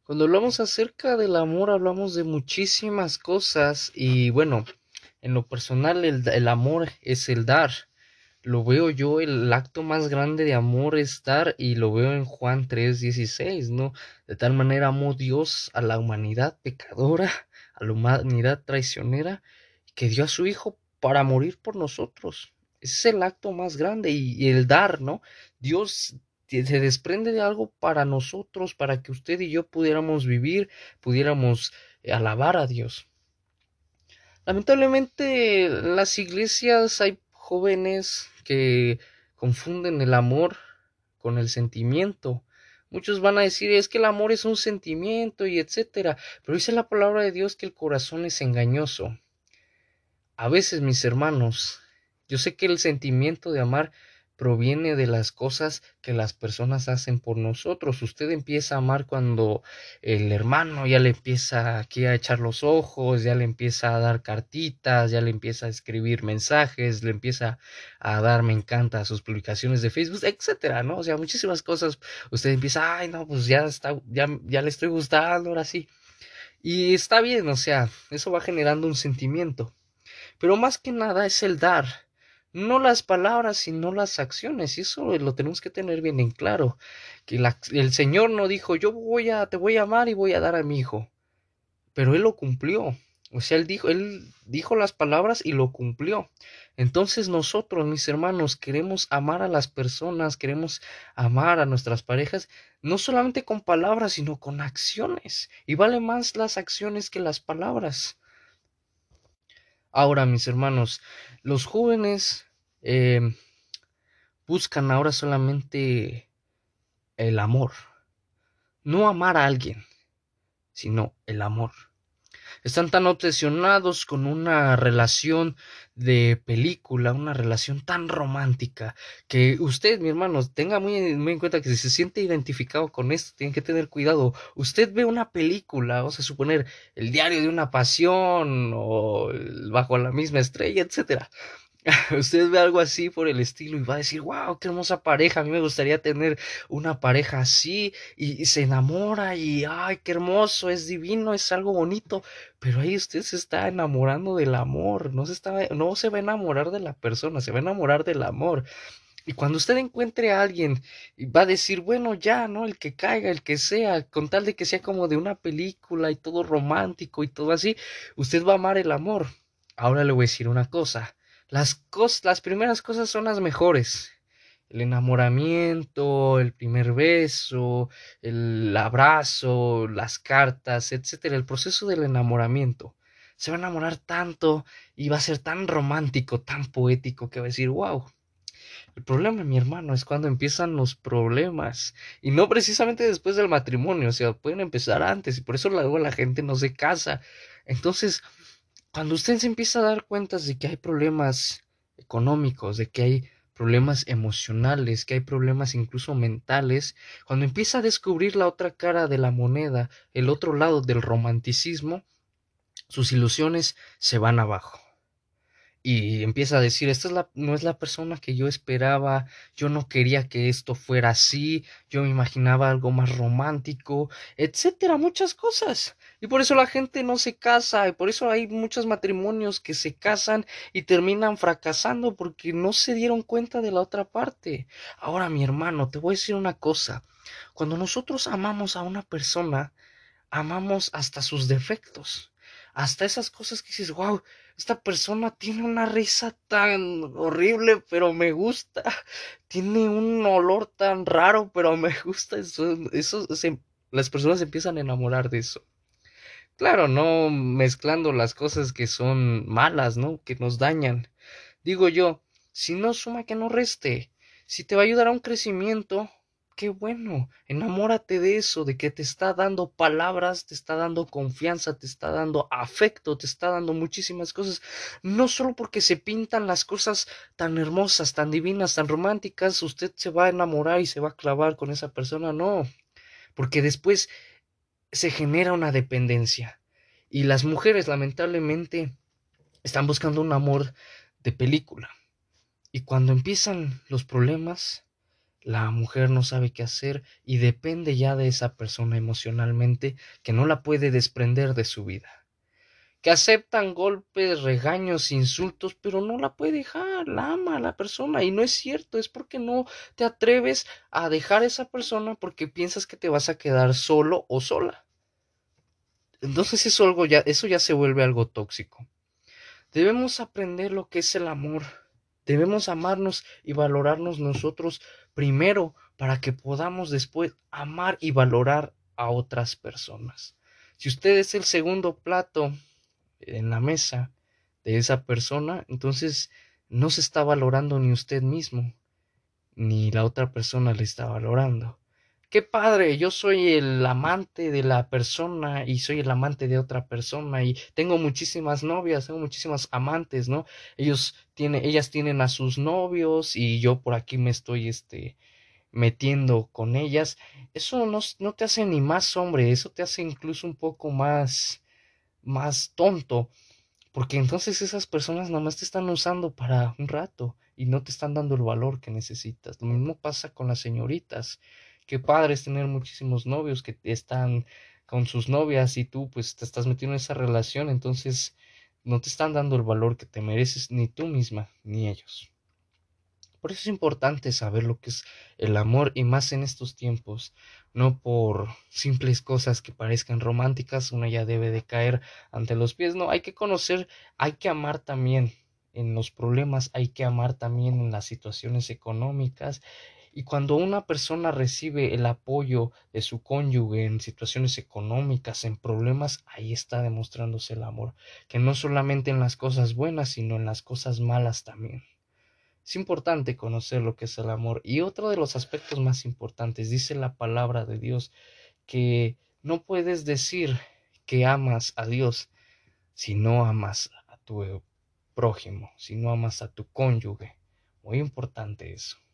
Cuando hablamos acerca del amor, hablamos de muchísimas cosas y bueno, en lo personal el amor es el dar. Lo veo yo, el acto más grande de amor es dar y lo veo en Juan 3:16, ¿no? De tal manera amó Dios a la humanidad pecadora, a la humanidad traicionera, que dio a su Hijo para morir por nosotros. Ese es el acto más grande y el dar, ¿no? Dios se desprende de algo para nosotros, para que usted y yo pudiéramos vivir, pudiéramos alabar a Dios. Lamentablemente, en las iglesias hay jóvenes que confunden el amor con el sentimiento. Muchos van a decir, es que el amor es un sentimiento y etcétera, pero dice la palabra de Dios que el corazón es engañoso. A veces, mis hermanos, yo sé que el sentimiento de amar proviene de las cosas que las personas hacen por nosotros. Usted empieza a amar cuando el hermano ya le empieza aquí a echar los ojos, ya le empieza a dar cartitas, ya le empieza a escribir mensajes, le empieza a dar me encanta a sus publicaciones de Facebook, etcétera, ¿no? O sea, muchísimas cosas. Usted empieza, ay, no, pues ya está, ya le estoy gustando, ahora sí. Y está bien, o sea, eso va generando un sentimiento. Pero más que nada es el dar, no las palabras, sino las acciones. Y eso lo tenemos que tener bien en claro. Que el Señor no dijo, te voy a amar y voy a dar a mi hijo. Pero Él lo cumplió. O sea, Él dijo las palabras y lo cumplió. Entonces nosotros, mis hermanos, queremos amar a las personas, queremos amar a nuestras parejas, no solamente con palabras, sino con acciones. Y vale más las acciones que las palabras. Ahora, mis hermanos, los jóvenes eh, buscan ahora solamente el amor, no amar a alguien, sino el amor. Están tan obsesionados con una relación de película, una relación tan romántica, que usted, mi hermano, tenga muy en cuenta que si se siente identificado con esto, tiene que tener cuidado. Usted ve una película, vamos a suponer, El diario de una pasión o Bajo la misma estrella, etcétera. Usted ve algo así por el estilo y va a decir, wow, qué hermosa pareja, a mí me gustaría tener una pareja así y se enamora y, ay, qué hermoso, es divino, es algo bonito, pero ahí usted se está enamorando del amor, no se va a enamorar de la persona, se va a enamorar del amor. Y cuando usted encuentre a alguien, y va a decir, bueno, ya, ¿no? El que caiga, el que sea, con tal de que sea como de una película y todo romántico y todo así, usted va a amar el amor. Ahora le voy a decir una cosa. Las primeras cosas son las mejores. El enamoramiento, el primer beso, el abrazo, las cartas, etcétera. El proceso del enamoramiento. Se va a enamorar tanto y va a ser tan romántico, tan poético que va a decir, wow. El problema, mi hermano, es cuando empiezan los problemas. Y no precisamente después del matrimonio, o sea, pueden empezar antes y por eso luego la gente no se casa. Entonces, cuando usted se empieza a dar cuenta de que hay problemas económicos, de que hay problemas emocionales, que hay problemas incluso mentales, cuando empieza a descubrir la otra cara de la moneda, el otro lado del romanticismo, sus ilusiones se van abajo y empieza a decir, no es la persona que yo esperaba, yo no quería que esto fuera así, yo me imaginaba algo más romántico, etcétera, muchas cosas. Y por eso la gente no se casa, y por eso hay muchos matrimonios que se casan y terminan fracasando porque no se dieron cuenta de la otra parte. Ahora, mi hermano, te voy a decir una cosa, cuando nosotros amamos a una persona, amamos hasta sus defectos, hasta esas cosas que dices, wow, esta persona tiene una risa tan horrible, pero me gusta, tiene un olor tan raro, pero me gusta, las personas empiezan a enamorar de eso. Claro, no mezclando las cosas que son malas, ¿no? Que nos dañan. Digo yo, si no suma que no reste, si te va a ayudar a un crecimiento, qué bueno, enamórate de eso, de que te está dando palabras, te está dando confianza, te está dando afecto, te está dando muchísimas cosas, no solo porque se pintan las cosas tan hermosas, tan divinas, tan románticas, usted se va a enamorar y se va a clavar con esa persona, no, porque después se genera una dependencia. Y las mujeres, lamentablemente, están buscando un amor de película. Y cuando empiezan los problemas, la mujer no sabe qué hacer y depende ya de esa persona emocionalmente, que no la puede desprender de su vida, que aceptan golpes, regaños, insultos, pero no la puede dejar, la ama a la persona y no es cierto, es porque no te atreves a dejar a esa persona porque piensas que te vas a quedar solo o sola. Entonces eso ya se vuelve algo tóxico. Debemos aprender lo que es el amor. Debemos amarnos y valorarnos nosotros primero para que podamos después amar y valorar a otras personas. Si usted es el segundo plato en la mesa de esa persona, entonces no se está valorando ni usted mismo, ni la otra persona le está valorando. Qué padre, yo soy el amante de la persona y soy el amante de otra persona y tengo muchísimas novias, tengo muchísimas amantes, ¿no? Ellas tienen a sus novios y yo por aquí me estoy, metiendo con ellas. Eso no te hace ni más hombre, eso te hace incluso un poco más tonto, porque entonces esas personas nada más te están usando para un rato y no te están dando el valor que necesitas. Lo mismo pasa con las señoritas. Qué padre es tener muchísimos novios que están con sus novias y tú pues te estás metiendo en esa relación, entonces no te están dando el valor que te mereces ni tú misma ni ellos. Por eso es importante saber lo que es el amor y más en estos tiempos, no por simples cosas que parezcan románticas, una ya debe de caer ante los pies, no, hay que conocer, hay que amar también en los problemas, hay que amar también en las situaciones económicas y cuando una persona recibe el apoyo de su cónyuge en situaciones económicas, en problemas, ahí está demostrándose el amor, que no solamente en las cosas buenas, sino en las cosas malas también. Es importante conocer lo que es el amor. Y otro de los aspectos más importantes, dice la palabra de Dios, que no puedes decir que amas a Dios si no amas a tu prójimo, si no amas a tu cónyuge. Muy importante eso.